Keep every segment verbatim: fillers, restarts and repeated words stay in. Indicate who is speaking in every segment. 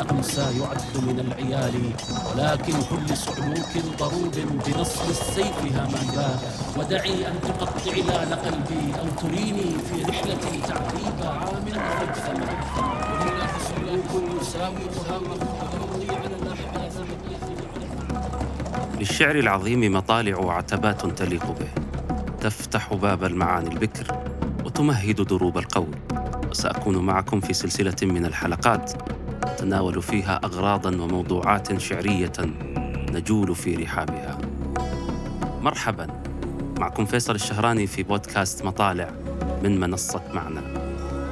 Speaker 1: إذا أمسى يعد من العيال، ولكن كل صعلوك ضروب بنصل السيف هاما. ودعي أن تقطع لال قلبي أو تريني في رحلتي تعذيبا. عامل فجثم وهنا صعلوك يساومها ويمضي على الأحداث.
Speaker 2: للشعر العظيم مطالع وعتبات تليق به، تفتح باب المعاني البكر وتمهد دروب القول. وسأكون معكم في سلسلة من الحلقات نتناول فيها أغراضاً وموضوعات شعرية نجول في رحابها. مرحباً، معكم فيصل الشهراني في بودكاست مطالع من منصة معنا.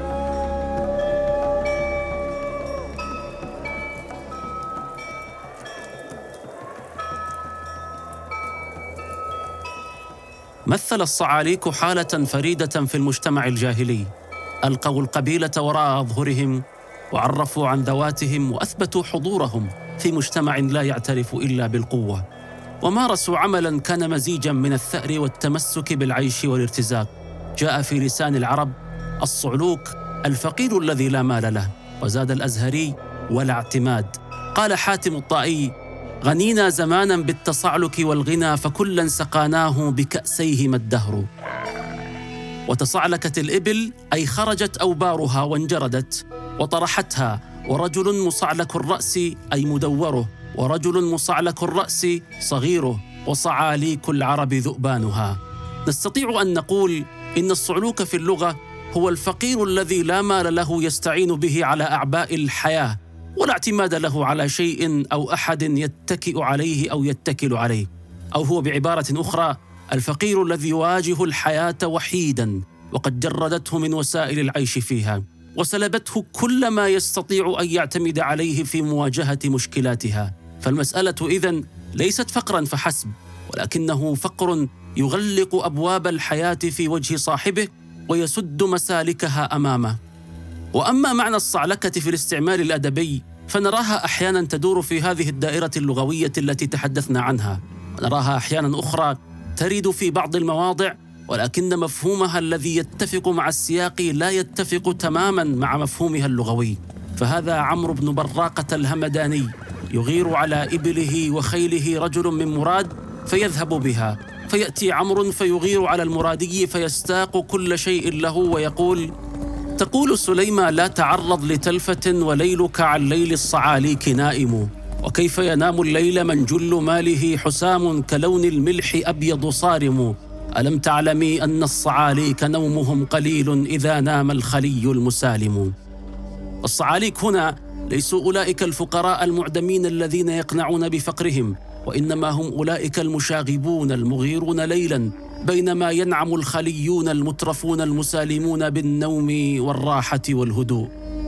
Speaker 1: مثل الصعاليك حالة فريدة في المجتمع الجاهلي. ألقوا القبيلة وراء أظهرهم وعرفوا عن ذواتهم وأثبتوا حضورهم في مجتمع لا يعترف إلا بالقوة، ومارسوا عملاً كان مزيجاً من الثأر والتمسك بالعيش والارتزاق. جاء في لسان العرب الصعلوك الفقير الذي لا مال له، وزاد الأزهري ولا اعتماد. قال حاتم الطائي: غنينا زماناً بالتصعلك والغنى، فكلاً سقاناه بكأسيهما الدهر. وتصعلكت الإبل أي خرجت أوبارها وانجردت وطرحتها، ورجل مصعلك الرأس أي مدوره، ورجل مصعلك الرأس صغيره، وصعاليك العرب ذؤبانها. نستطيع أن نقول إن الصعلوك في اللغة هو الفقير الذي لا مال له يستعين به على أعباء الحياة، ولا اعتماد له على شيء أو أحد يتكئ عليه أو يتكل عليه. أو هو بعبارة أخرى الفقير الذي يواجه الحياة وحيداً، وقد جردته من وسائل العيش فيها وسلبته كل ما يستطيع أن يعتمد عليه في مواجهة مشكلاتها. فالمسألة إذن ليست فقراً فحسب، ولكنه فقر يغلق أبواب الحياة في وجه صاحبه ويسد مسالكها أمامه. وأما معنى الصعلكة في الاستعمال الأدبي فنراها أحياناً تدور في هذه الدائرة اللغوية التي تحدثنا عنها، ونراها أحياناً أخرى ترد في بعض المواضع، ولكن مفهومها الذي يتفق مع السياق لا يتفق تماماً مع مفهومها اللغوي. فهذا عمرو بن براقة الهمداني يغير على إبله وخيله رجل من مراد فيذهب بها، فيأتي عمرو فيغير على المرادي فيستاق كل شيء له ويقول: تقول سليمة لا تعرض لتلفة وليلك عن ليل الصعاليك نائم، وكيف ينام الليل من جل ماله حسام كلون الملح أبيض صارم، ألم تعلمي أن الصعاليك نومهم قليل إذا نام الخلي المسالم. الصعاليك هنا ليسوا أولئك الفقراء المعدمين الذين يقنعون بفقرهم، وإنما هم أولئك المشاغبون المغيرون ليلاً، بينما ينعم الخليون المترفون المسالمون بالنوم والراحة والهدوء.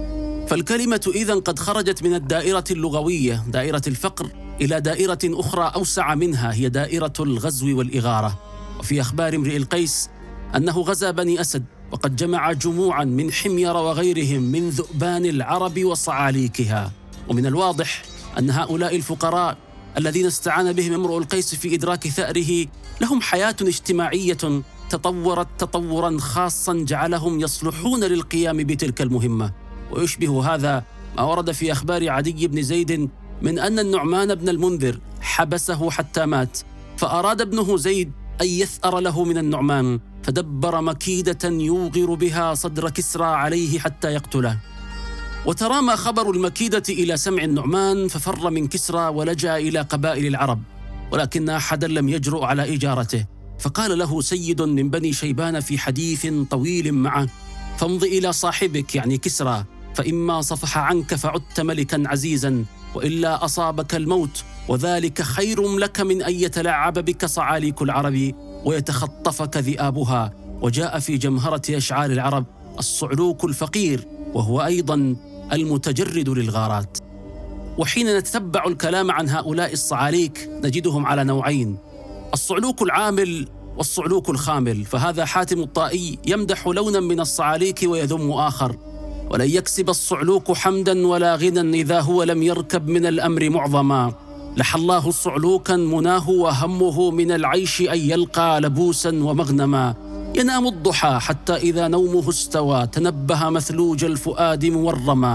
Speaker 1: فالكلمة إذن قد خرجت من الدائرة اللغوية دائرة الفقر إلى دائرة أخرى أوسع منها، هي دائرة الغزو والإغارة. وفي أخبار امرئ القيس أنه غزا بني أسد، وقد جمع جموعاً من حمير وغيرهم من ذؤبان العرب وصعاليكها. ومن الواضح أن هؤلاء الفقراء الذين استعان بهم امرؤ القيس في إدراك ثأره لهم حياة اجتماعية تطورت تطوراً خاصاً جعلهم يصلحون للقيام بتلك المهمة. ويشبه هذا ما ورد في أخبار عدي بن زيد من أن النعمان بن المنذر حبسه حتى مات، فأراد ابنه زيد أن يثأر له من النعمان، فدبر مكيدة يوغر بها صدر كسرى عليه حتى يقتله. وترامى خبر المكيدة إلى سمع النعمان ففر من كسرى ولجأ إلى قبائل العرب، ولكن أحدا لم يجرؤ على إجارته، فقال له سيد من بني شيبان في حديث طويل معه: فامض إلى صاحبك يعني كسرى، فإما صفح عنك فعدت ملكا عزيزا، وإلا أصابك الموت، وذلك خير لك من أن يتلاعب بك صعاليك العرب ويتخطفك ذئابها. وجاء في جمهرة أشعار العرب الصعلوك الفقير، وهو أيضا المتجرد للغارات. وحين نتتبع الكلام عن هؤلاء الصعاليك نجدهم على نوعين: الصعلوك العامل والصعلوك الخامل. فهذا حاتم الطائي يمدح لونا من الصعاليك ويذم آخر: ولن يكسب الصعلوك حمدا ولا غنى إذا هو لم يركب من الأمر معظما، لحى الله صعلوكا مناه وهمه من العيش أن يلقى لبوسا ومغنما، ينام الضحى حتى إذا نومه استوى تنبه مثلوج الفؤاد مورما،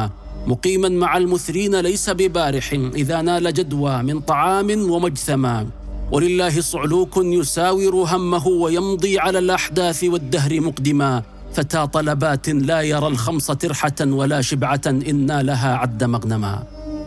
Speaker 1: مقيما مع المثرين ليس ببارح إذا نال جدوى من طعام ومجثما. ولله صعلوك يساور همه ويمضي على الأحداث والدهر مقدما. فتى طلبات لا يرى الخمس ترحة ولا شبعة إنا لها عد مغنما.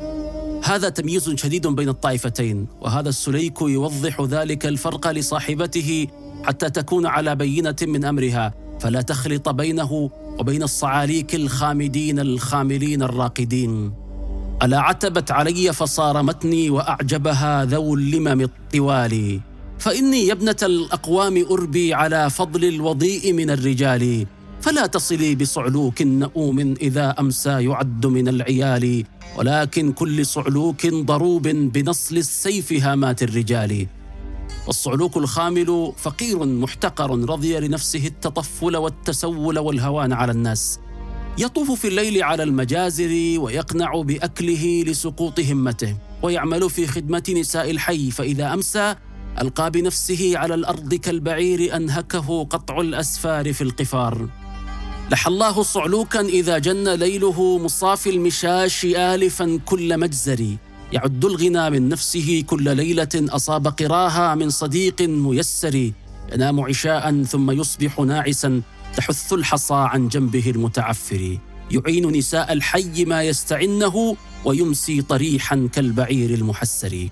Speaker 1: هذا تمييز شديد بين الطائفتين، وهذا السليك يوضح ذلك الفرق لصاحبته حتى تكون على بينة من أمرها، فلا تخلط بينه وبين الصعاليك الخامدين الخاملين الراقدين. ألا عتبت علي فصارمتني وأعجبها ذو اللمم الطوال. فإني يا ابنة الأقوام أربي على فضل الوضيء من الرجال. فلا تصلي بصعلوك نؤوم إذا أمسى يعد من العيال. ولكن كل صعلوك ضروب بنصل السيف هامات الرجال. والصعلوك الخامل فقير محتقر رضي لنفسه التطفل والتسول والهوان على الناس. يطوف في الليل على المجازر ويقنع بأكله لسقوط همته، ويعمل في خدمة نساء الحي، فإذا أمسى ألقى بنفسه على الأرض كالبعير أنهكه قطع الأسفار في القفار. لحى الله صعلوكا إذا جن ليله مصافي المشاش آلفا كل مجزر. يعد الغنى من نفسه كل ليلة أصاب قراها من صديق ميسر. ينام عشاء ثم يصبح ناعسا تحث الحصى عن جنبه المتعفر. يعين نساء الحي ما يستعنه ويمسي طريحا كالبعير المحسر.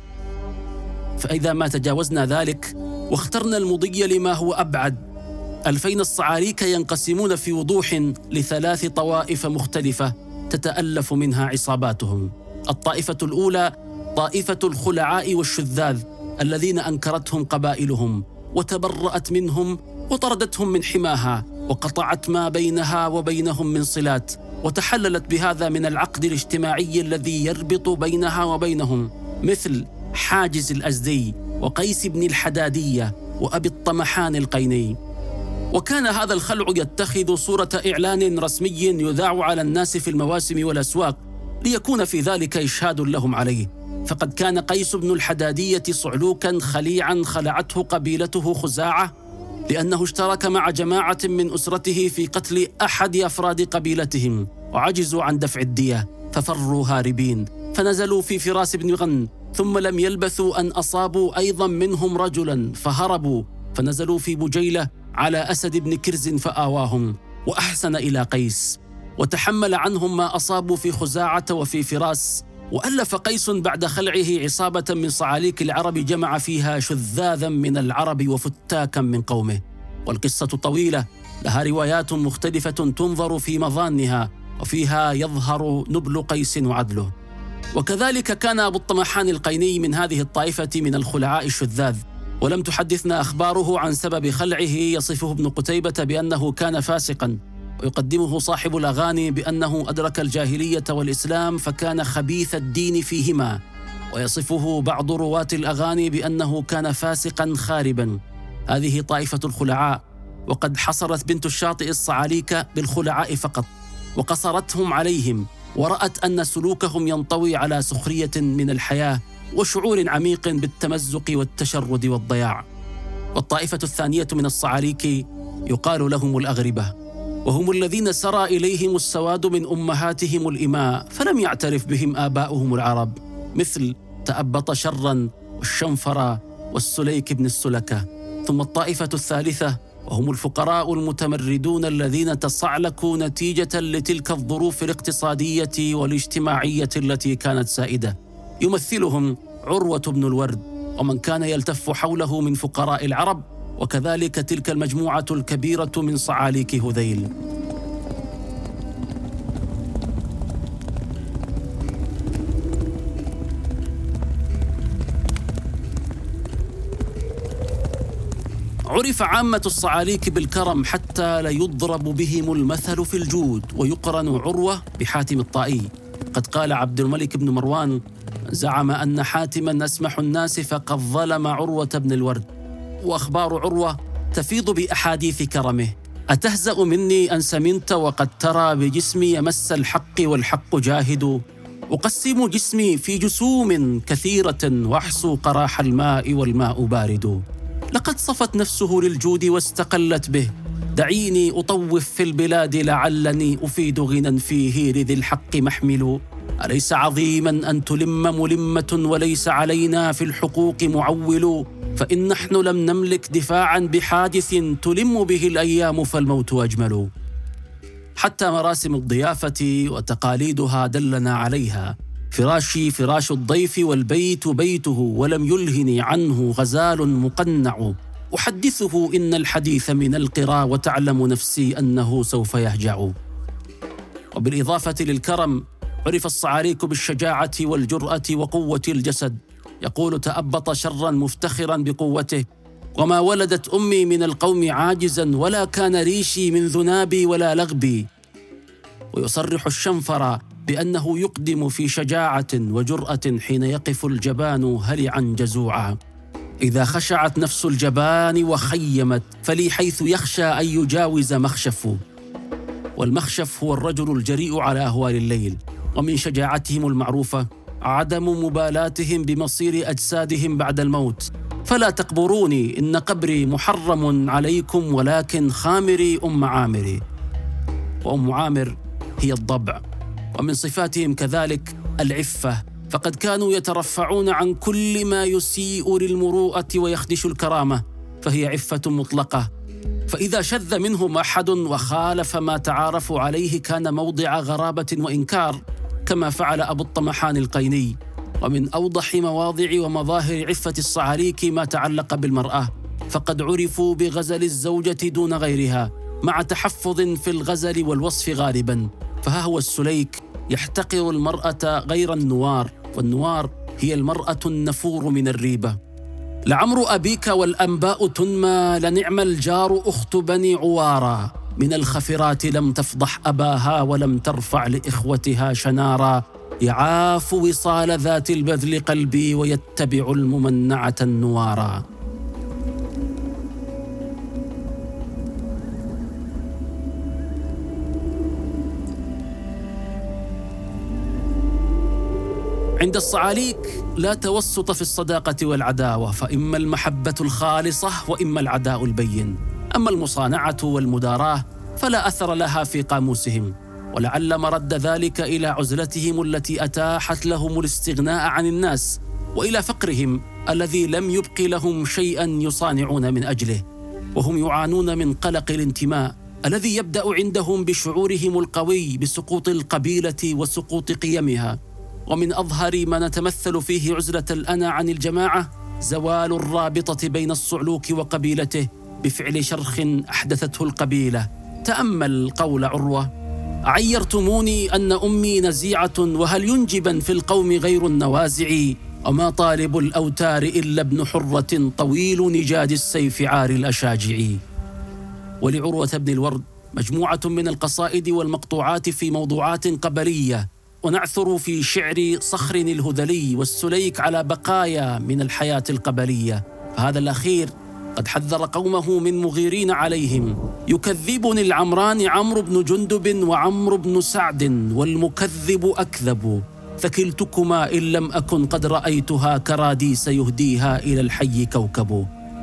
Speaker 1: فإذا ما تجاوزنا ذلك واخترنا المضي لما هو أبعد، ألفين الصعاليك ينقسمون في وضوح لثلاث طوائف مختلفة تتألف منها عصاباتهم. الطائفة الأولى طائفة الخلعاء والشذاذ الذين أنكرتهم قبائلهم وتبرأت منهم وطردتهم من حماها وقطعت ما بينها وبينهم من صلات، وتحللت بهذا من العقد الاجتماعي الذي يربط بينها وبينهم، مثل حاجز الأزدي وقيس بن الحدادية وأبي الطمحان القيني. وكان هذا الخلع يتخذ صورة إعلان رسمي يذاع على الناس في المواسم والأسواق ليكون في ذلك إشهاد لهم عليه. فقد كان قيس بن الحدادية صعلوكا خليعا خلعته قبيلته خزاعة لأنه اشترك مع جماعة من أسرته في قتل أحد أفراد قبيلتهم، وعجزوا عن دفع الدية ففروا هاربين، فنزلوا في فراس بن غن، ثم لم يلبثوا أن أصابوا أيضا منهم رجلا فهربوا، فنزلوا في بجيلة على أسد بن كرز فآواهم وأحسن إلى قيس، وتحمل عنهم ما أصابوا في خزاعة وفي فراس. وألف قيس بعد خلعه عصابة من صعاليك العرب جمع فيها شذاذا من العرب وفتاكا من قومه. والقصة طويلة لها روايات مختلفة تنظر في مظانها، وفيها يظهر نبل قيس وعدله. وكذلك كان أبو الطمحان القيني من هذه الطائفة من الخلعاء الشذاذ، ولم تحدثنا أخباره عن سبب خلعه. يصفه ابن قتيبة بأنه كان فاسقا، ويقدمه صاحب الأغاني بأنه أدرك الجاهلية والإسلام فكان خبيث الدين فيهما، ويصفه بعض رواة الأغاني بأنه كان فاسقا خاربا. هذه طائفة الخلعاء، وقد حصرت بنت الشاطئ الصعاليك بالخلعاء فقط، وقصرتهم عليهم، ورأت أن سلوكهم ينطوي على سخرية من الحياة وشعور عميق بالتمزق والتشرد والضياع. والطائفة الثانية من الصعاليك يقال لهم الأغربة، وهم الذين سرى إليهم السواد من أمهاتهم الإماء فلم يعترف بهم آباؤهم العرب، مثل تأبط شرا والشنفر والسليك بن السلكة. ثم الطائفة الثالثة وهم الفقراء المتمردون الذين تصعلكوا نتيجة لتلك الظروف الاقتصادية والاجتماعية التي كانت سائدة، يمثلهم عروة بن الورد ومن كان يلتف حوله من فقراء العرب، وكذلك تلك المجموعة الكبيرة من صعاليك هذيل. عرف عامة الصعاليك بالكرم حتى لا يضرب بهم المثل في الجود، ويقرن عروة بحاتم الطائي. قد قال عبد الملك بن مروان: زعم أن حاتما أسمح الناس فقد ظلم عروة بن الورد. وأخبار عروة تفيض بأحاديث كرمه: أتهزأ مني أن سمنت وقد ترى بجسمي يمس الحق والحق جاهد، أقسم جسمي في جسوم كثيرة وأحسو قراح الماء والماء بارد. لقد صفت نفسه للجود واستقلت به، دعيني أطوف في البلاد لعلني أفيد غنى فيه لذي الحق محمل. أليس عظيما أن تلم ملمة وليس علينا في الحقوق معول؟ فإن نحن لم نملك دفاعا بحادث تلم به الأيام فالموت أجمل. حتى مراسم الضيافة وتقاليدها دلنا عليها. فراشي فراش الضيف والبيت بيته ولم يلهني عنه غزال مقنع. أحدثه إن الحديث من القرى وتعلم نفسي أنه سوف يهجع. وبالإضافة للكرم عرف الصعاليك بالشجاعة والجرأة وقوة الجسد. يقول تأبط شرا مفتخرا بقوته: وما ولدت أمي من القوم عاجزا ولا كان ريشي من ذنابي ولا لغبي. ويصرح الشنفر بأنه يقدم في شجاعة وجرأة حين يقف الجبان هلعا جزوعا. إذا خشعت نفس الجبان وخيمت فلي حيث يخشى أن يجاوز مخشف. والمخشف هو الرجل الجريء على أهوال الليل. ومن شجاعتهم المعروفة عدم مبالاتهم بمصير أجسادهم بعد الموت. فلا تقبروني إن قبري محرم عليكم ولكن خامري أم عامري. وأم عامر هي الضبع. ومن صفاتهم كذلك العفة، فقد كانوا يترفعون عن كل ما يسيء للمروءة ويخدش الكرامة، فهي عفة مطلقة. فإذا شذ منهم أحد وخالف ما تعارفوا عليه كان موضع غرابة وإنكار، كما فعل أبو الطمحان القيني. ومن أوضح مواضع ومظاهر عفة الصعاليك ما تعلق بالمرأة، فقد عرفوا بغزل الزوجة دون غيرها، مع تحفظ في الغزل والوصف غالبا. فها هو السليك يحتقر المرأة غير النوار، والنوار هي المرأة النفور من الريبة. لعمر أبيك والأنباء تنمى، لنعم الجار أخت بني عوارا. من الخفرات لم تفضح أباها ولم ترفع لإخوتها شنارا. يعاف وصال ذات البذل قلبي ويتبع الممنعة النوارا. عند الصعاليك لا توسط في الصداقة والعداوة، فإما المحبة الخالصة وإما العداء البين. أما المصانعة والمداراة فلا أثر لها في قاموسهم، ولعل مرد ذلك إلى عزلتهم التي أتاحت لهم الاستغناء عن الناس، وإلى فقرهم الذي لم يبق لهم شيئا يصانعون من أجله. وهم يعانون من قلق الانتماء الذي يبدأ عندهم بشعورهم القوي بسقوط القبيلة وسقوط قيمها. ومن أظهر ما نتمثل فيه عزلة الأنا عن الجماعة زوال الرابطة بين الصعلوك وقبيلته بفعل شرخ أحدثته القبيلة. تأمل قول عروة: عيرتموني أن أمي نزيعة وهل ينجبا في القوم غير النوازع. وما طالب الأوتار إلا ابن حرة طويل نجاد السيف عار الأشاجع. ولعروة بن الورد مجموعة من القصائد والمقطوعات في موضوعات قبلية، ونعثر في شعر صخر الهذلي والسليك على بقايا من الحياة القبلية. فهذا الأخير قد حذر قومه من مغيرين عليهم: يكذبني العمران عمرو بن جندب وعمرو بن سعد والمكذب أكذب. ثكلتكما إن لم أكن قد رأيتها كراديس يهديها إلى الحي كوكب.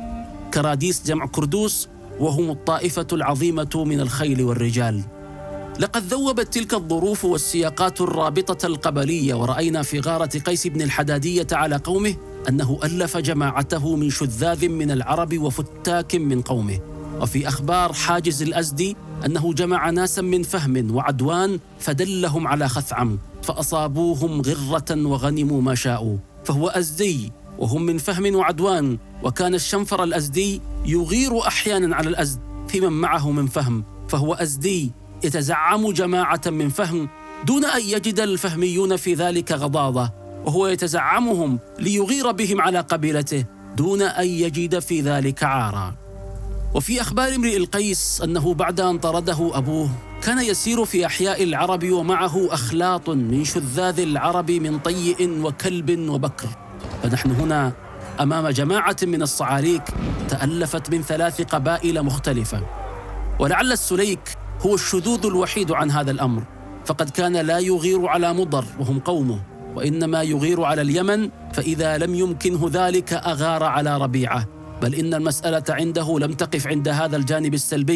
Speaker 1: كراديس جمع كردوس، وهم الطائفة العظيمة من الخيل والرجال. لقد ذوبت تلك الظروف والسياقات الرابطة القبلية، ورأينا في غارة قيس بن الحدادية على قومه أنه ألف جماعته من شذاذ من العرب وفتاك من قومه. وفي أخبار حاجز الأزدي أنه جمع ناسا من فهم وعدوان فدلهم على خثعم فأصابوهم غرة وغنموا ما شاءوا. فهو أزدي وهم من فهم وعدوان، وكان الشنفر الأزدي يغير أحيانا على الأزد في من معه من فهم، فهو أزدي يتزعم جماعة من فهم دون أن يجد الفهميون في ذلك غضاضة، وهو يتزعمهم ليغير بهم على قبيلته دون أن يجد في ذلك عارا. وفي أخبار امرئ القيس أنه بعد أن طرده أبوه كان يسير في أحياء العرب ومعه أخلاط من شذاذ العرب من طيء وكلب وبكر. فنحن هنا أمام جماعة من الصعاليك تألفت من ثلاث قبائل مختلفة. ولعل السليك هو الشذوذ الوحيد عن هذا الأمر، فقد كان لا يغير على مضر وهم قومه، وإنما يغير على اليمن، فإذا لم يمكنه ذلك أغار على ربيعة. بل إن المسألة عنده لم تقف عند هذا الجانب السلبي،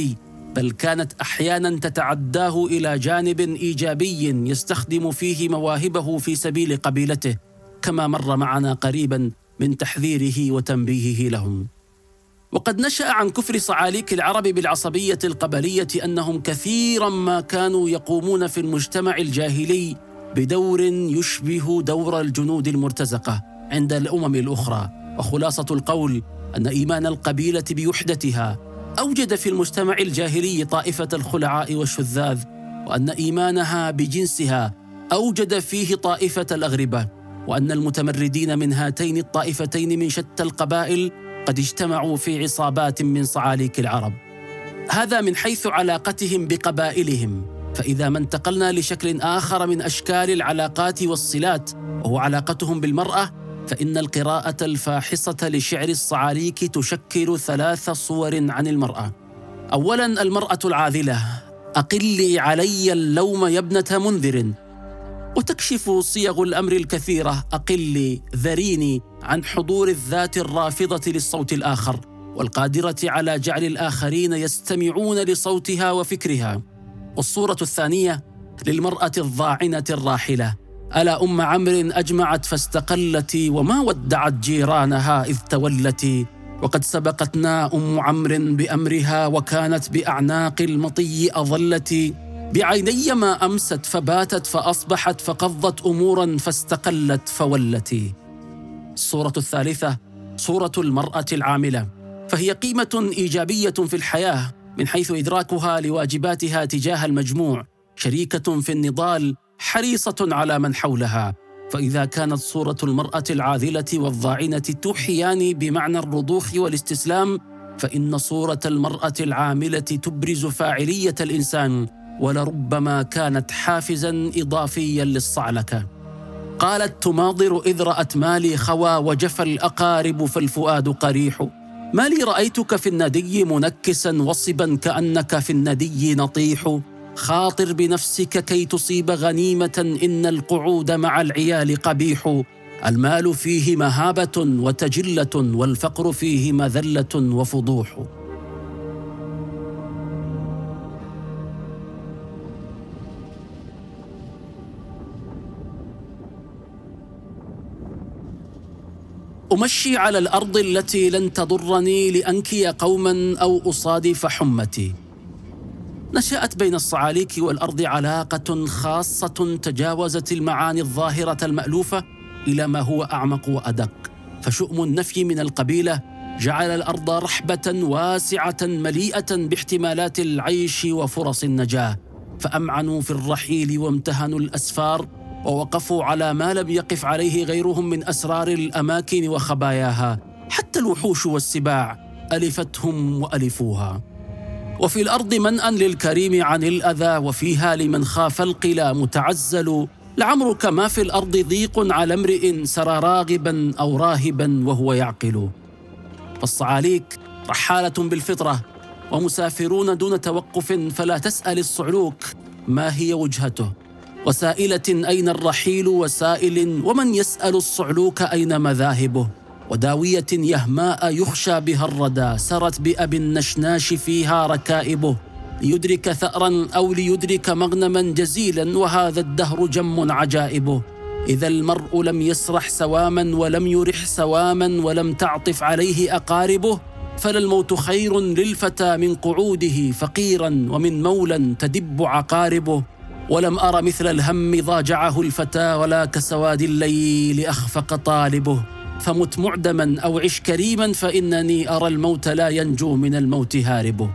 Speaker 1: بل كانت أحياناً تتعداه إلى جانب إيجابي يستخدم فيه مواهبه في سبيل قبيلته، كما مر معنا قريباً من تحذيره وتنبيهه لهم. وقد نشأ عن كفر صعاليك العرب بالعصبية القبلية أنهم كثيراً ما كانوا يقومون في المجتمع الجاهلي بدور يشبه دور الجنود المرتزقة عند الأمم الأخرى. وخلاصة القول أن إيمان القبيلة بوحدتها أوجد في المجتمع الجاهلي طائفة الخلعاء والشذاذ، وأن إيمانها بجنسها أوجد فيه طائفة الأغربة، وأن المتمردين من هاتين الطائفتين من شتى القبائل قد اجتمعوا في عصابات من صعاليك العرب. هذا من حيث علاقتهم بقبائلهم. فإذا ما انتقلنا لشكل آخر من أشكال العلاقات والصلات، وهو علاقتهم بالمرأة، فإن القراءة الفاحصة لشعر الصعاليك تشكل ثلاث صور عن المرأة. أولاً، المرأة العاذلة: أقلي علي اللوم يا ابنة منذر، وتكشف صيغ الأمر الكثيرة: أقلي، ذريني، عن حضور الذات الرافضة للصوت الآخر والقادرة على جعل الآخرين يستمعون لصوتها وفكرها. والصورة الثانية للمرأة الضاعنة الراحلة: ألا أم عمرو أجمعت فاستقلت، وما ودعت جيرانها إذ تولت، وقد سبقتنا أم عمرو بأمرها، وكانت بأعناق المطي أظلت، بعيني ما أمست فباتت فأصبحت، فقضت أمورا فاستقلت فولت. الصورة الثالثة صورة المرأة العاملة، فهي قيمة إيجابية في الحياة من حيث إدراكها لواجباتها تجاه المجموع، شريكة في النضال، حريصة على من حولها. فإذا كانت صورة المرأة العاذلة والضاعنة توحيان بمعنى الرضوخ والاستسلام، فإن صورة المرأة العاملة تبرز فاعلية الإنسان، ولربما كانت حافزاً إضافياً للصعلكة. قالت تماضر إذ رأت مالي خوى وجف الأقارب فالفؤاد قريح، مالي رأيتك في الندي منكساً وصباً كأنك في الندي نطيح، خاطر بنفسك كي تصيب غنيمة، إن القعود مع العيال قبيح، المال فيه مهابة وتجلة، والفقر فيه مذلة وفضوح. أمشي على الأرض التي لن تضرني لأنكي قوما أو أصادف حمتي. نشأت بين الصعاليك والأرض علاقة خاصة تجاوزت المعاني الظاهرة المألوفة إلى ما هو أعمق وأدق. فشؤم النفي من القبيلة جعل الأرض رحبة واسعة مليئة باحتمالات العيش وفرص النجاة، فأمعنوا في الرحيل وامتهنوا الأسفار، ووقفوا على ما لم يقف عليه غيرهم من أسرار الأماكن وخباياها. حتى الوحوش والسباع ألفتهم وألفوها. وفي الأرض منأى للكريم عن الأذى، وفيها لمن خاف القلا متعزل، لعمرك ما في الأرض ضيق على امرئ سرى راغبا أو راهبا وهو يعقل. فالصعاليك رحالة بالفطرة ومسافرون دون توقف، فلا تسأل الصعلوك ما هي وجهته، وسائلة أين الرحيل وسائل، ومن يسأل الصعلوك أين مذاهبه، وداوية يهماء يخشى بها الردى، سرت بأب النشناش فيها ركائبه، ليدرك ثأرا أو ليدرك مغنما جزيلا، وهذا الدهر جم عجائبه. إذا المرء لم يسرح سواما ولم يرح سواما ولم تعطف عليه أقاربه، فللموت خير للفتى من قعوده فقيرا، ومن مولى تدب عقاربه. ولم أر مثل الهم ضاجعه الفتى، ولا كسواد الليل أخفق طالبه، فمت معدما أو عش كريما، فإنني أرى الموت لا ينجو من الموت هاربه.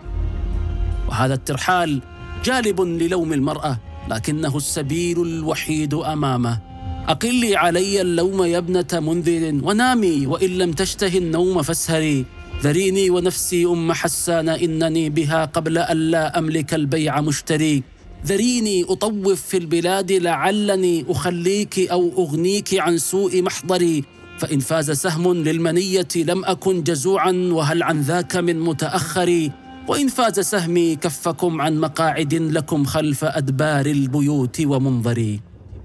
Speaker 1: وهذا الترحال جالب للوم المرأة، لكنه السبيل الوحيد أمامه. أقلي علي اللوم يا ابنة منذر، ونامي وإن لم تشتهي النوم فاسهري، ذريني ونفسي أم حسان، إنني بها قبل أن لا أملك البيع مشتري، ذريني أطوف في البلاد لعلني أخليك أو أغنيك عن سوء محضري، فإن فاز سهم للمنية لم أكن جزوعا، وهل عن ذاك من متأخري، وإن فاز سهمي كفكم عن مقاعد لكم خلف أدبار البيوت ومنظري.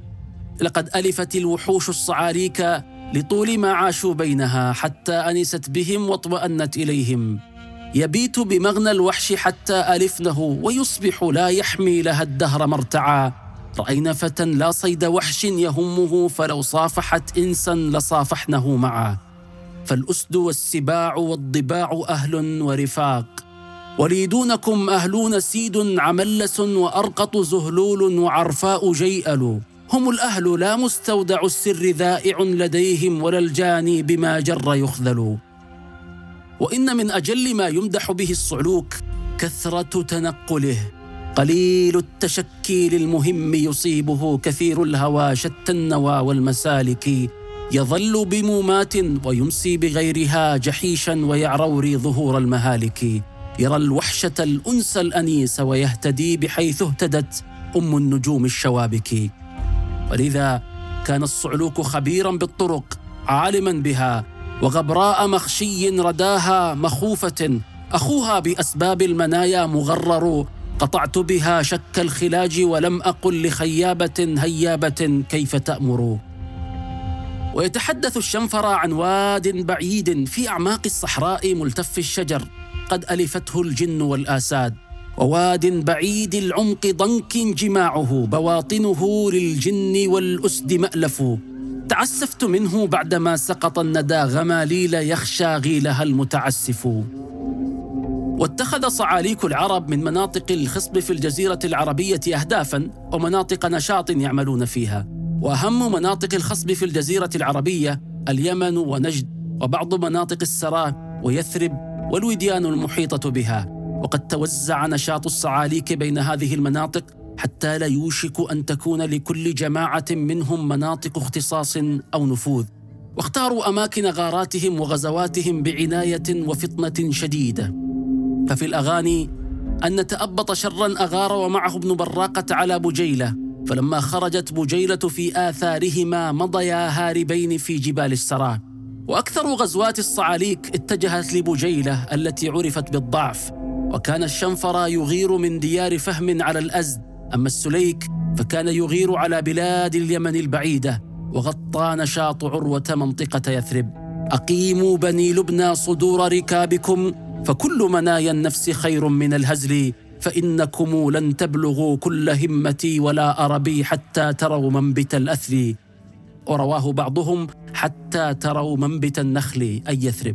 Speaker 1: لقد ألفت الوحوش الصعاليك لطول ما عاشوا بينها، حتى أنست بهم واطمأنت إليهم. يبيت بمغنى الوحش حتى ألفنه، ويصبح لا يحمي لها الدهر مرتعا. رأينا فتى لا صيد وحش يهمه، فلو صافحت إنسا لصافحنه معا. فالأسد والسباع والضباع أهل ورفاق، ولي دونكم أهلون سيد عملس وأرقط زهلول وعرفاء جيئل. هم الأهل لا مستودع السر ذائع لديهم، ولا الجاني بما جر يخذل. وإن من أجل ما يمدح به الصعلوك كثرة تنقله، قليل التشكي للمهم يصيبه، كثير الهوى شتى النوى والمسالك. يظل بمومات ويمسي بغيرها جحيشا، ويعروري ظهور المهالك. يرى الوحشة الأنس الأنيس، ويهتدي بحيث اهتدت أم النجوم الشوابك. ولذا كان الصعلوك خبيرا بالطرق عالما بها، وغبراء مخشي رداها مخوفة. أخوها بأسباب المنايا مغرر، قطعت بها شك الخلاج ولم أقل لخيابة هيابة كيف تأمر. ويتحدث الشنفر عن واد بعيد في أعماق الصحراء ملتف الشجر، قد ألفته الجن والآساد. وواد بعيد العمق ضنك جماعه، بواطنه للجن والأسد مألف. تعسفت منه بعدما سقط الندى، غماليل يخشى غيلها المتعسف. واتخذ صعاليك العرب من مناطق الخصب في الجزيرة العربية أهدافا ومناطق نشاط يعملون فيها. وأهم مناطق الخصب في الجزيرة العربية اليمن ونجد، وبعض مناطق السراء ويثرب والوديان المحيطة بها. وقد توزع نشاط الصعاليك بين هذه المناطق حتى لا يوشك أن تكون لكل جماعة منهم مناطق اختصاص أو نفوذ. واختاروا أماكن غاراتهم وغزواتهم بعناية وفطنة شديدة. ففي الأغاني أن تأبط شرا أغار ومعه ابن براقة على بجيلة، فلما خرجت بجيلة في آثارهما مضيا هاربين في جبال السراء. وأكثر غزوات الصعاليك اتجهت لبجيلة التي عرفت بالضعف، وكان الشنفر يغير من ديار فهم على الأزد، أما السليك فكان يغير على بلاد اليمن البعيدة. وغطى نشاط عروة منطقة يثرب. أقيموا بني لبنى صدور ركابكم، فكل منايا النفس خير من الهزل، فإنكم لن تبلغوا كل همتي ولا أربي حتى تروا منبت الأثل. ورواه بعضهم حتى تروا منبت النخل أي يثرب.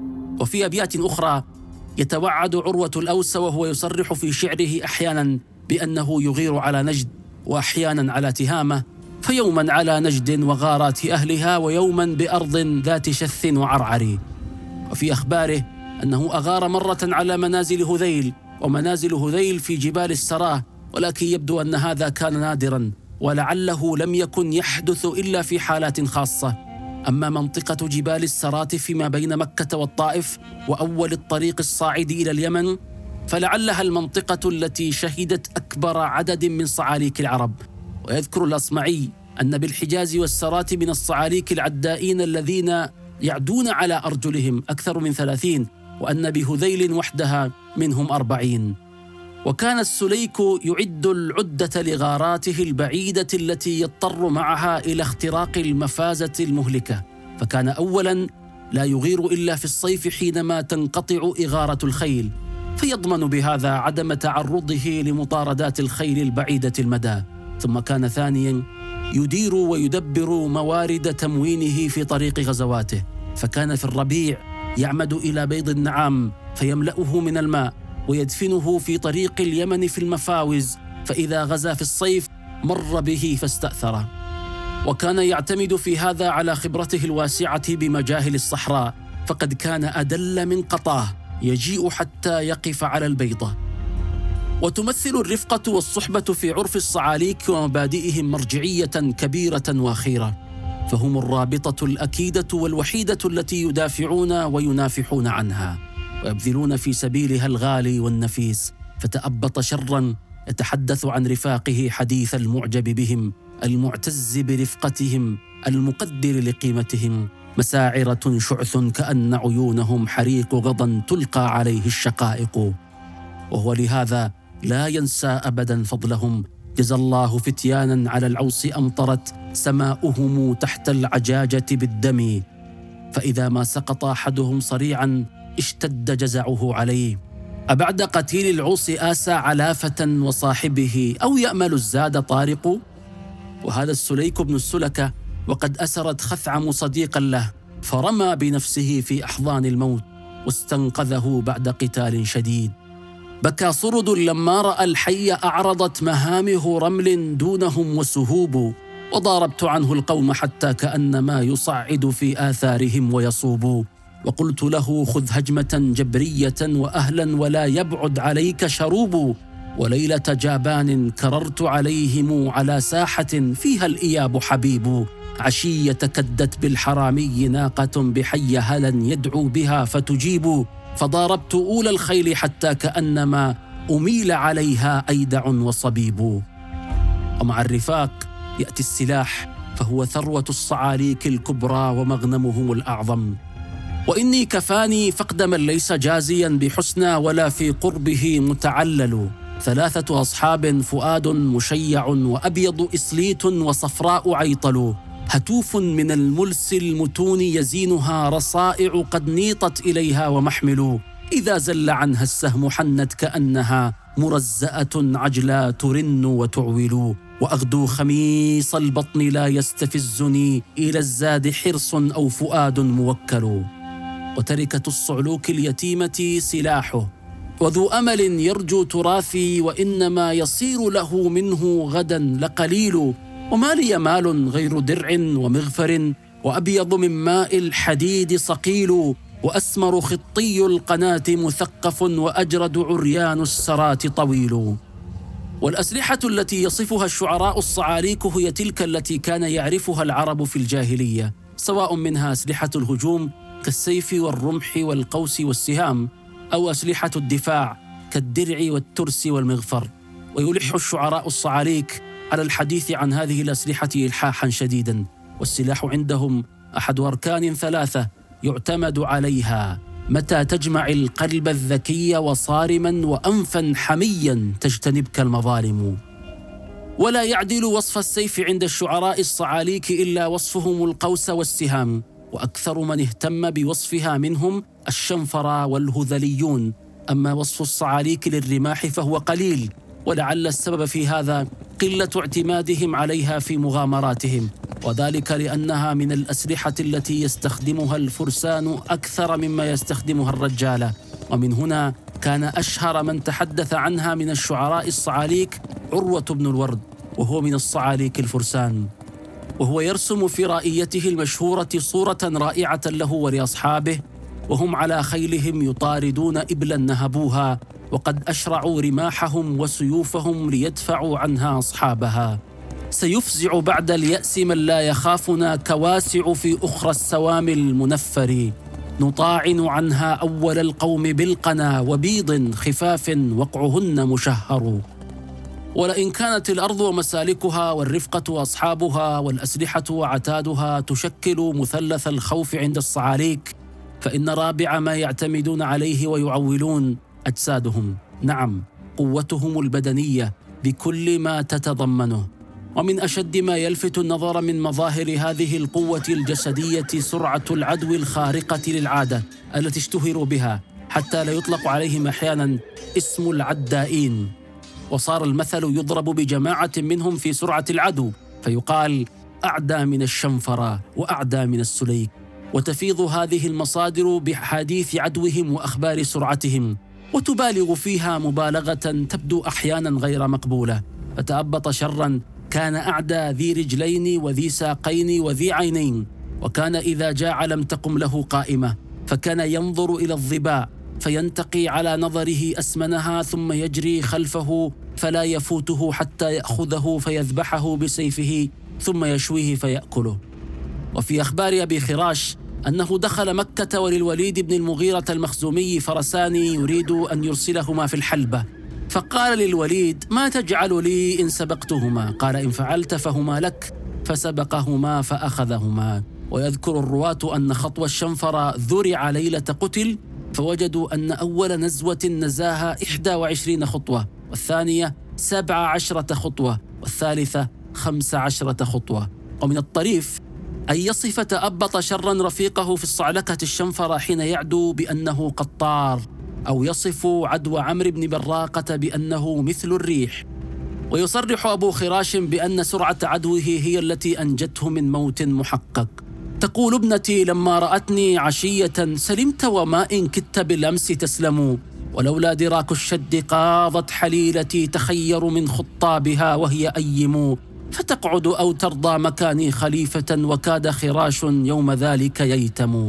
Speaker 1: وفي أبيات أخرى يتوعد عروة الأوس وهو يصرح في شعره أحيانا بأنه يغير على نجد، وأحيانا على تهامة، فيوما على نجد وغارات أهلها، ويوما بأرض ذات شث وعرعر. وفي أخباره أنه أغار مرة على منازل هذيل، ومنازل هذيل في جبال السراء، ولكن يبدو أن هذا كان نادرا، ولعله لم يكن يحدث إلا في حالات خاصة. أما منطقة جبال السرات فيما بين مكة والطائف وأول الطريق الصاعد إلى اليمن، فلعلها المنطقة التي شهدت أكبر عدد من صعاليك العرب. ويذكر الأصمعي أن بالحجاز والسرات من الصعاليك العدائين الذين يعدون على أرجلهم أكثر من ثلاثين، وأن بهذيل وحدها منهم أربعين. وكان السليك يعد العدة لغاراته البعيدة التي يضطر معها إلى اختراق المفازة المهلكة، فكان أولاً لا يغير إلا في الصيف حينما تنقطع إغارة الخيل، فيضمن بهذا عدم تعرضه لمطاردات الخيل البعيدة المدى. ثم كان ثانياً يدير ويدبر موارد تموينه في طريق غزواته، فكان في الربيع يعمد إلى بيض النعام فيملأه من الماء ويدفنه في طريق اليمن في المفاوز، فإذا غزا في الصيف مر به فاستأثره. وكان يعتمد في هذا على خبرته الواسعة بمجاهل الصحراء، فقد كان أدل من قطاه يجيء حتى يقف على البيضة. وتمثل الرفقة والصحبة في عرف الصعاليك ومبادئهم مرجعية كبيرة وخيرة، فهم الرابطة الأكيدة والوحيدة التي يدافعون وينافحون عنها، ويبذلون في سبيلها الغالي والنفيس. فتأبط شرا يتحدث عن رفاقه حديث المعجب بهم، المعتز برفقتهم، المقدر لقيمتهم. مساعرة شعث كأن عيونهم حريق غضا تلقى عليه الشقائق، وهو لهذا لا ينسى أبدا فضلهم. جزى الله فتيانا على العوص أمطرت سماؤهم تحت العجاجة بالدم، فإذا ما سقط أحدهم صريعا اشتد جزعه عليه. أبعد قتيل العوص آسى علافة وصاحبه، أو يأمل الزاد طارق؟ وهذا السليك بن السلكة وقد أسرت خثعم صديقا له، فرمى بنفسه في أحضان الموت واستنقذه بعد قتال شديد. بكى صرد لما رأى الحي أعرضت مهامه رمل دونهم وسهوب، وضاربت عنه القوم حتى كأنما يصعد في آثارهم ويصوب. وقلت له خذ هجمة جبرية وأهلا ولا يبعد عليك شروب. وليلة جابان كررت عليهم على ساحة فيها الإياب حبيب. عشية كدت بالحرامي ناقة بحي هلا يدعو بها فتجيب. فضاربت أولى الخيل حتى كأنما أميل عليها أيدع وصبيب. ومع الرفاق يأتي السلاح، فهو ثروة الصعاليك الكبرى ومغنمهم الأعظم. وإني كفاني فقد من ليس جازيا بحسنى ولا في قربه متعلل. ثلاثة أصحاب فؤاد مشيع وأبيض إسليت وصفراء عيطل. هتوف من الملس المتون يزينها رصائع قد نيطت إليها ومحمل. إذا زل عنها السهم حنت كأنها مرزأة عجلا ترن وتعول. وأغدو خميص البطن لا يستفزني إلى الزاد حرص أو فؤاد موكل. وتركة الصعلوك اليتيمة سلاحه، وذو أمل يرجو تراثي وإنما يصير له منه غدا لقليل. وما لي مال غير درع ومغفر وأبيض من ماء الحديد صقيل. وأسمر خطي القناة مثقف وأجرد عريان السرات طويل. والأسلحة التي يصفها الشعراء الصعاليك هي تلك التي كان يعرفها العرب في الجاهلية، سواء منها أسلحة الهجوم كالسيف والرمح والقوس والسهام، أو أسلحة الدفاع كالدرع والترس والمغفر. ويلح الشعراء الصعاليك على الحديث عن هذه الأسلحة إلحاحا شديدا. والسلاح عندهم أحد أركان ثلاثة يعتمد عليها متى تجمع القلب الذكي وصارما وأنفا حميا تجتنبك المظالم. ولا يعدل وصف السيف عند الشعراء الصعاليك إلا وصفهم القوس والسهام، وأكثر من اهتم بوصفها منهم الشنفرة والهذليون. أما وصف الصعاليك للرماح فهو قليل، ولعل السبب في هذا قلة اعتمادهم عليها في مغامراتهم، وذلك لأنها من الأسلحة التي يستخدمها الفرسان أكثر مما يستخدمها الرجالة. ومن هنا كان أشهر من تحدث عنها من الشعراء الصعاليك عروة بن الورد، وهو من الصعاليك الفرسان. وهو يرسم في رائيته المشهورة صورة رائعة له ولأصحابه وهم على خيلهم يطاردون إبلا نهبوها، وقد أشرعوا رماحهم وسيوفهم ليدفعوا عنها أصحابها. سيفزع بعد اليأس من لا يخافنا كواسع في أخرى السوام المنفر. نطاعن عنها أول القوم بالقنا وبيض خفاف وقعهن مشهر. ولئن كانت الأرض ومسالكها والرفقة وأصحابها والأسلحة وعتادها تشكل مثلث الخوف عند الصعاليك، فإن رابع ما يعتمدون عليه ويعولون أجسادهم، نعم قوتهم البدنية بكل ما تتضمنه. ومن أشد ما يلفت النظر من مظاهر هذه القوة الجسدية سرعة العدو الخارقة للعادة التي اشتهروا بها، حتى لا يطلق عليهم أحيانا اسم العدائين. وصار المثل يضرب بجماعة منهم في سرعة العدو، فيقال أعدى من الشنفرة وأعدى من السليك. وتفيض هذه المصادر بحديث عدوهم وأخبار سرعتهم، وتبالغ فيها مبالغة تبدو أحيانا غير مقبولة. فتأبط شرا كان أعدى ذي رجلين وذي ساقين وذي عينين، وكان إذا جاع لم تقم له قائمة، فكان ينظر إلى الظباء فينتقي على نظره أسمنها ثم يجري خلفه فلا يفوته حتى يأخذه فيذبحه بسيفه ثم يشويه فيأكله. وفي أخبار أبي خراش أنه دخل مكة وللوليد بن المغيرة المخزومي فرسان يريد أن يرسلهما في الحلبة، فقال للوليد ما تجعل لي إن سبقتهما؟ قال إن فعلت فهما لك، فسبقهما فأخذهما. ويذكر الرواة أن خطوة الشنفر ذرع ليلة قتل، فوجدوا أن أول نزوة نزاها إحدى وعشرين خطوة، والثانية سبع عشرة خطوة، والثالثة خمس عشرة خطوة. ومن الطريف أن يصف تأبط شرا رفيقه في الصعلكة الشنفرة حين يعدو بأنه قطار، أو يصف عدو عمرو بن براقة بأنه مثل الريح. ويصرح أبو خراش بأن سرعة عدوه هي التي أنجته من موت محقق. تقول ابنتي لما رأتني عشية: سلمت وما إن كدت بالأمس تسلم، ولولا دراك الشد قاضت حليلتي تخير من خطابها وهي أيم، فتقعد أو ترضى مكاني خليفة وكاد خراش يوم ذلك ييتم.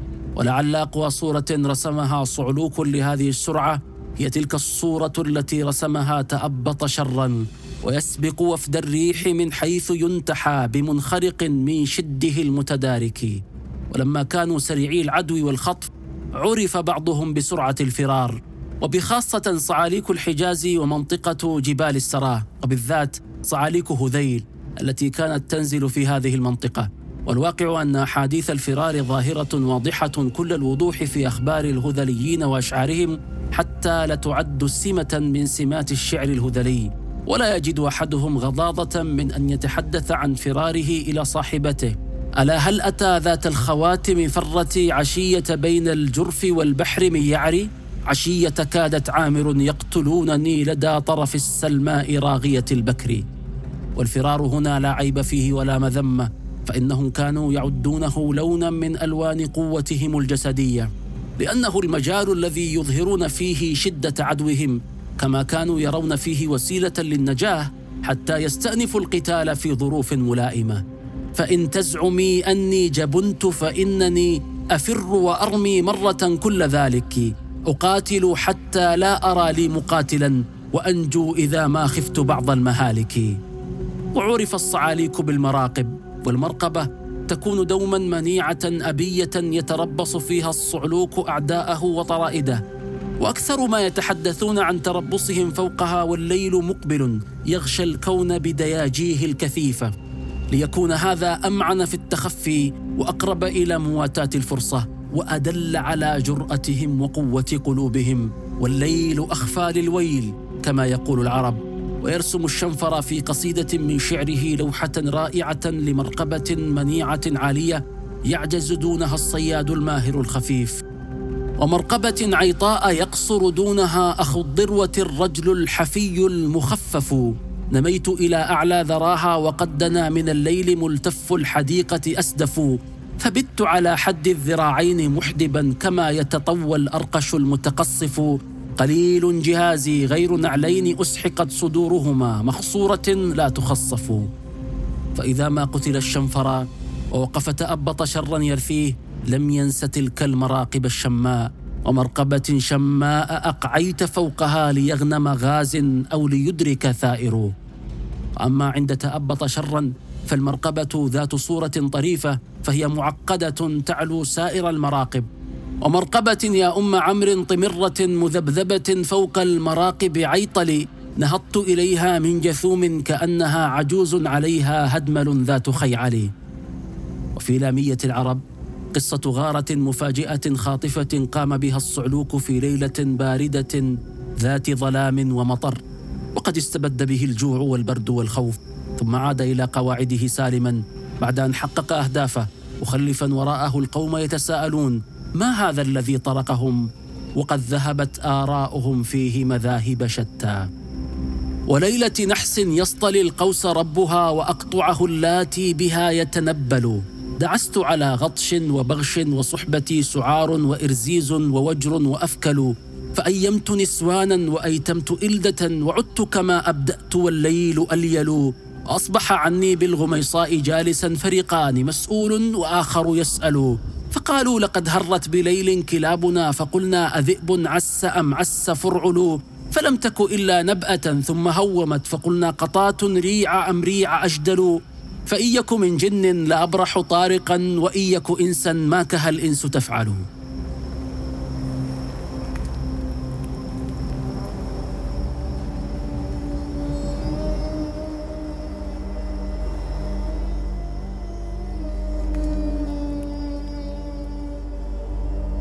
Speaker 1: ولعل أقوى صورة رسمها صعلوك لهذه السرعة هي تلك الصورة التي رسمها تأبط شرا ويسبق وفد الريح من حيث ينتحى بمنخرق من شده المتدارك. ولما كانوا سريعي العدو والخطف عرف بعضهم بسرعة الفرار، وبخاصة صعاليك الحجاز ومنطقة جبال السراء، وبالذات صعاليك هذيل التي كانت تنزل في هذه المنطقة. والواقع أن أحاديث الفرار ظاهرة واضحة كل الوضوح في أخبار الهذليين وأشعارهم، حتى لتعد سمة من سمات الشعر الهذلي، ولا يجد أحدهم غضاضة من أن يتحدث عن فراره إلى صاحبته: ألا هل أتى ذات الخواتم فرتي عشية بين الجرف والبحر من يعري، عشية كادت عامر يقتلونني لدى طرف السلماء راغية البكر. والفرار هنا لا عيب فيه ولا مذمة، فإنهم كانوا يعدونه لونا من ألوان قوتهم الجسدية، لأنه المجال الذي يظهرون فيه شدة عدوهم، كما كانوا يرون فيه وسيلة للنجاة حتى يستأنفوا القتال في ظروف ملائمة. فإن تزعمي أني جبنت فإنني أفر وأرمي مرة كل ذلك، أقاتل حتى لا أرى لي مقاتلا، وأنجو إذا ما خفت بعض المهالك. وعرف الصعاليك بالمراقب، والمرقبة تكون دوما منيعة أبية يتربص فيها الصعلوك أعداءه وطرائده، وأكثر ما يتحدثون عن تربصهم فوقها والليل مقبل يغشى الكون بدياجيه الكثيفة، ليكون هذا أمعن في التخفي وأقرب إلى مواتاة الفرصة، وأدل على جرأتهم وقوة قلوبهم. والليل أخفى للويل كما يقول العرب. ويرسم الشنفر في قصيدة من شعره لوحة رائعة لمرقبة منيعة عالية يعجز دونها الصياد الماهر الخفيف، ومرقبة عيطاء يقصر دونها أخو الضروة الرجل الحفي المخفف. نميت إلى أعلى ذراها وقد دنا من الليل ملتف الحديقة أسدف، فبت على حد الذراعين محدبا كما يتطوى الأرقش المتقصف. قليل جهازي غير نعلين أسحقت صدورهما مخصورة لا تخصف. فإذا ما قتل الشنفر ووقف تأبط شرا يرثيه لم ينس تلك المراقب الشماء، ومرقبة شماء أقعيت فوقها ليغنم غاز أو ليدرك ثائر. أما عند تأبط شرا فالمرقبة ذات صورة طريفة، فهي معقدة تعلو سائر المراقب. ومرقبة يا أم عمرو طمرة مذبذبة فوق المراقب عيطلي، نهضت إليها من جثوم كأنها عجوز عليها هدمل ذات خيعلي. وفي لامية العرب قصة غارة مفاجئة خاطفة قام بها الصعلوك في ليلة باردة ذات ظلام ومطر، وقد استبد به الجوع والبرد والخوف، ثم عاد إلى قواعده سالما بعد أن حقق أهدافه، مخلفا وراءه القوم يتساءلون ما هذا الذي طرقهم، وقد ذهبت آراؤهم فيه مذاهب شتى. وليلة نحس يصطلي القوس ربها وأقطعه اللاتي بها يتنبل، دعست على غطش وبغش وصحبتي سعار وإرزيز ووجر وأفكل، فأيمت نسوانا وأيتمت إلدة وعدت كما أبدأت والليل أليل. أصبح عني بالغميصاء جالسا فريقان، مسؤول وآخر يسأل، فقالوا لقد هرت بليل كلابنا، فقلنا أذئب عس أم عس فرعل، فلم تك إلا نبأة ثم هومت، فقلنا قطات ريع أم ريع أجدل، فإن يك من جن لأبرح طارقا، وإن يك إنسا ما كها الإنس تفعل.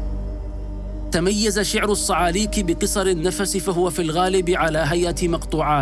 Speaker 1: تميز شعر الصعاليك بقصر النفس، فهو في الغالب على هيئة مقطوعات،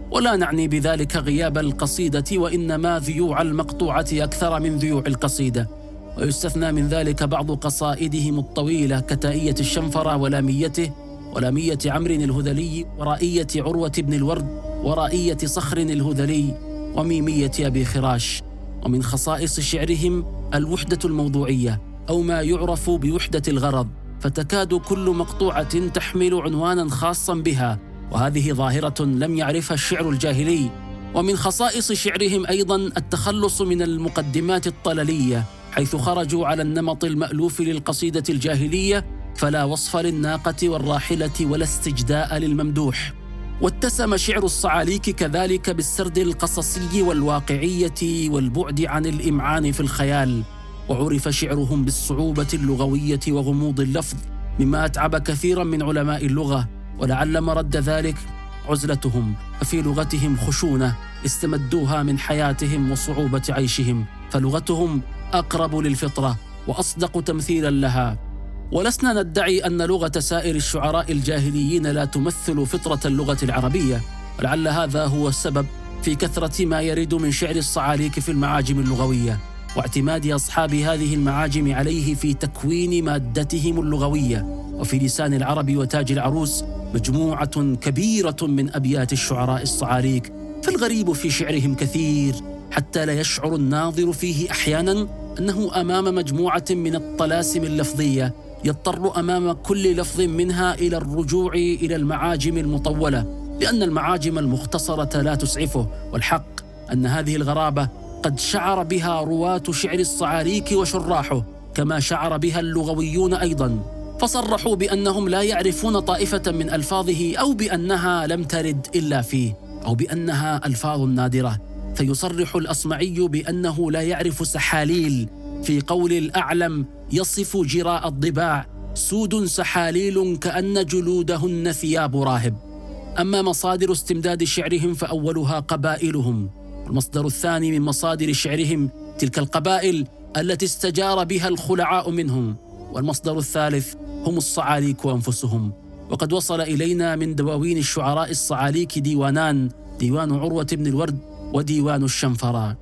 Speaker 1: ولا نعني بذلك غياب القصيدة، وإنما ذيوع المقطوعة أكثر من ذيوع القصيدة، ويستثنى من ذلك بعض قصائدهم الطويلة كتائية الشنفرة ولاميته ولامية عمرو الهذلي ورائية عروة بن الورد ورائية صخر الهذلي وميمية أبي خراش. ومن خصائص شعرهم الوحدة الموضوعية أو ما يعرف بوحدة الغرض، فتكاد كل مقطوعة تحمل عنوانا خاصا بها، وهذه ظاهرة لم يعرفها الشعر الجاهلي. ومن خصائص شعرهم أيضا التخلص من المقدمات الطللية، حيث خرجوا على النمط المألوف للقصيدة الجاهلية، فلا وصف للناقة والراحلة ولا استجداء للممدوح. واتسم شعر الصعاليك كذلك بالسرد القصصي والواقعية والبعد عن الإمعان في الخيال، وعرف شعرهم بالصعوبة اللغوية وغموض اللفظ، مما أتعب كثيرا من علماء اللغة، ولعل مرد ذلك عزلتهم، ففي لغتهم خشونة استمدوها من حياتهم وصعوبة عيشهم، فلغتهم أقرب للفطرة وأصدق تمثيلا لها. ولسنا ندعي أن لغة سائر الشعراء الجاهليين لا تمثل فطرة اللغة العربية، ولعل هذا هو السبب في كثرة ما يرد من شعر الصعاليك في المعاجم اللغوية، واعتماد أصحاب هذه المعاجم عليه في تكوين مادتهم اللغوية. وفي لسان العرب وتاج العروس مجموعة كبيرة من أبيات الشعراء الصعاليك، فالغريب في شعرهم كثير حتى لا يشعر الناظر فيه أحيانا أنه أمام مجموعة من الطلاسم اللفظية، يضطر أمام كل لفظ منها إلى الرجوع إلى المعاجم المطولة، لأن المعاجم المختصرة لا تسعفه. والحق أن هذه الغرابة قد شعر بها رواة شعر الصعاليك وشراحه، كما شعر بها اللغويون أيضا، فصرحوا بأنهم لا يعرفون طائفة من ألفاظه، أو بأنها لم ترد إلا فيه، أو بأنها ألفاظ نادرة. فيصرح الأصمعي بأنه لا يعرف سحاليل، في قول الأعلم يصف جراء الضباع: سود سحاليل كأن جلودهن ثياب راهب. أما مصادر استمداد شعرهم فأولها قبائلهم، والمصدر الثاني من مصادر شعرهم تلك القبائل التي استجار بها الخلعاء منهم، والمصدر الثالث هم الصعاليك أنفسهم. وقد وصل إلينا من دواوين الشعراء الصعاليك ديوانان: ديوان عروة بن الورد وديوان الشنفرة.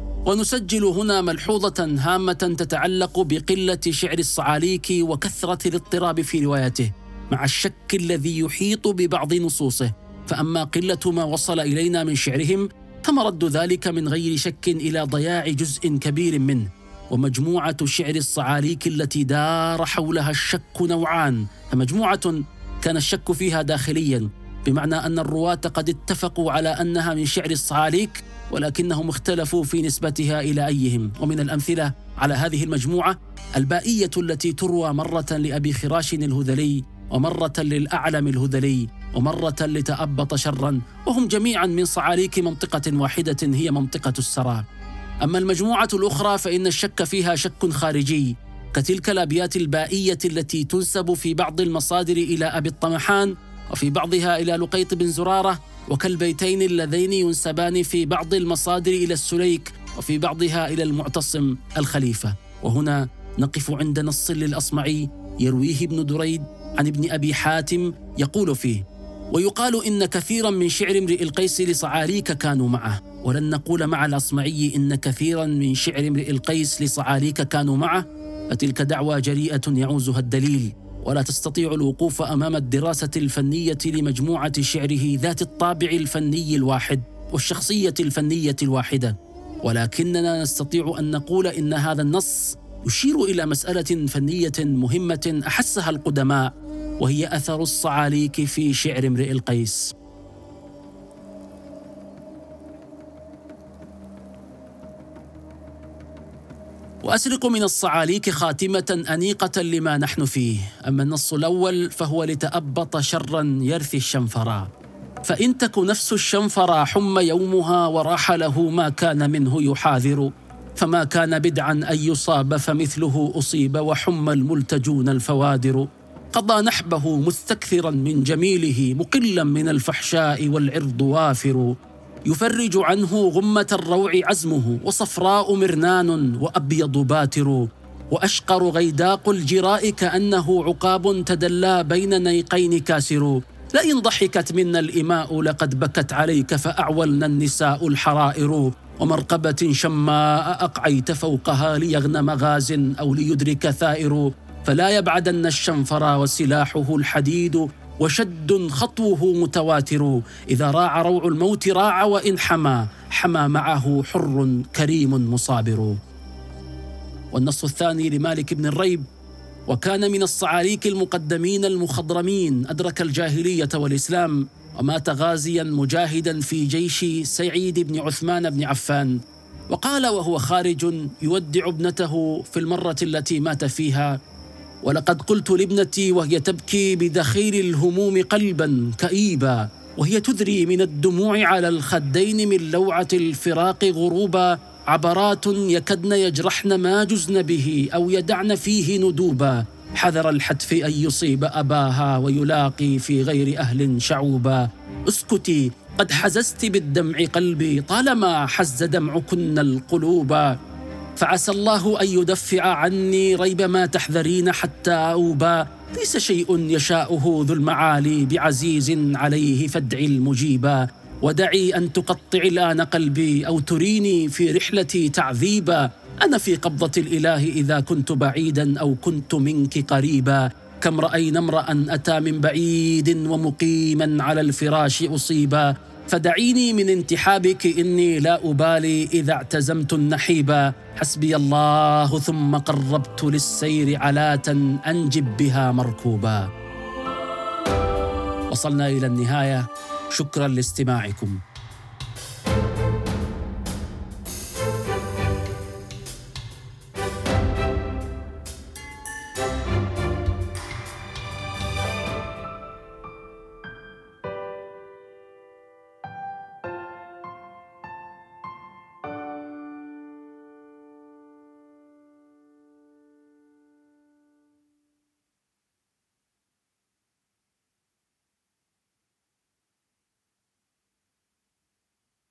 Speaker 1: ونسجل هنا ملحوظة هامة تتعلق بقلة شعر الصعاليك وكثرة الاضطراب في روايته، مع الشك الذي يحيط ببعض نصوصه. فأما قلة ما وصل إلينا من شعرهم فمرد ذلك من غير شك إلى ضياع جزء كبير منه. ومجموعة شعر الصعاليك التي دار حولها الشك نوعان: فمجموعة كان الشك فيها داخليا، بمعنى أن الرواة قد اتفقوا على أنها من شعر الصعاليك، ولكنهم اختلفوا في نسبتها إلى أيهم. ومن الأمثلة على هذه المجموعة البائية التي تروى مرة لأبي خراش الهذلي، ومرة للأعلم الهذلي، ومرة لتأبط شرا، وهم جميعا من صعاليك منطقة واحدة هي منطقة السراء. أما المجموعة الأخرى فإن الشك فيها شك خارجي، كتلك الأبيات البائية التي تنسب في بعض المصادر إلى أبي الطمحان، وفي بعضها إلى لقيط بن زرارة، وكالبيتين اللذين ينسبان في بعض المصادر إلى السليك، وفي بعضها إلى المعتصم الخليفة. وهنا نقف عند نص للأصمعي يرويه ابن دريد عن ابن أبي حاتم يقول فيه: ويقال إن كثيرا من شعر امرئ القيس لصعاليك كانوا معه. ولن نقول مع الأصمعي إن كثيرا من شعر امرئ القيس لصعاليك كانوا معه، فتلك دعوى جريئة يعوزها الدليل، ولا تستطيع الوقوف أمام الدراسة الفنية لمجموعة شعره ذات الطابع الفني الواحد والشخصية الفنية الواحدة. ولكننا نستطيع أن نقول إن هذا النص يشير إلى مسألة فنية مهمة أحسها القدماء، وهي أثر الصعاليك في شعر امرئ القيس. وأسرق من الصعاليك خاتمة أنيقة لما نحن فيه. أما النص الأول فهو لتأبط شرا يرثي الشنفرا: فإن تك نفس الشنفرا حم يومها وراح له ما كان منه يحاذر، فما كان بدعا أن يصاب فمثله أصيب وحم الملتجون الفوادر. قضى نحبه مستكثرا من جميله مقلا من الفحشاء والعرض وافر، يفرج عنه غمة الروع عزمه وصفراء مرنان وأبيض باتر، وأشقر غيداق الجراء كأنه عقاب تدلى بين نيقين كاسر، لئن ضحكت منا الإماء لقد بكت عليك، فأعولنا النساء الحرائر، ومرقبة شماء أقعيت فوقها ليغنم غاز أو ليدرك ثائر. فلا يبعدن الشنفر وسلاحه الحديد، وشد خطوه متواتر. إذا راع روع الموت راع، وإن حمى حمى معه حر كريم مصابر. والنص الثاني لمالك بن الريب: وكان من الصعاليك المقدمين المخضرمين، أدرك الجاهلية والإسلام، ومات غازيا مجاهدا في جيش سعيد بن عثمان بن عفان. وقال وهو خارج يودع ابنته في المرة التي مات فيها: ولقد قلت لابنتي وهي تبكي بدخيل الهموم قلبا كئيبا، وهي تذري من الدموع على الخدين من لوعة الفراق غروبا، عبرات يكدن يجرحن ما جزن به أو يدعن فيه ندوبا، حذر الحتف أن يصيب أباها ويلاقي في غير أهل شعوبا. اسكتي قد حززت بالدمع قلبي، طالما حز دمعكن القلوبا، فعسى الله أن يدفع عني ريب ما تحذرين حتى أوبا. ليس شيء يشاؤه ذو المعالي بعزيز عليه فادعي المجيبا، ودعي أن تقطع الآن قلبي أو تريني في رحلتي تعذيبا. أنا في قبضة الإله إذا كنت بعيدا أو كنت منك قريبا، كم رأينا امرأ أتى من بعيد ومقيما على الفراش أصيبا. فدعيني من انتحابك إني لا أبالي إذا اعتزمت النحيبا، حسبي الله ثم قربت للسير علاة أنجب بها مركوبا. وصلنا إلى النهاية، شكرا لاستماعكم.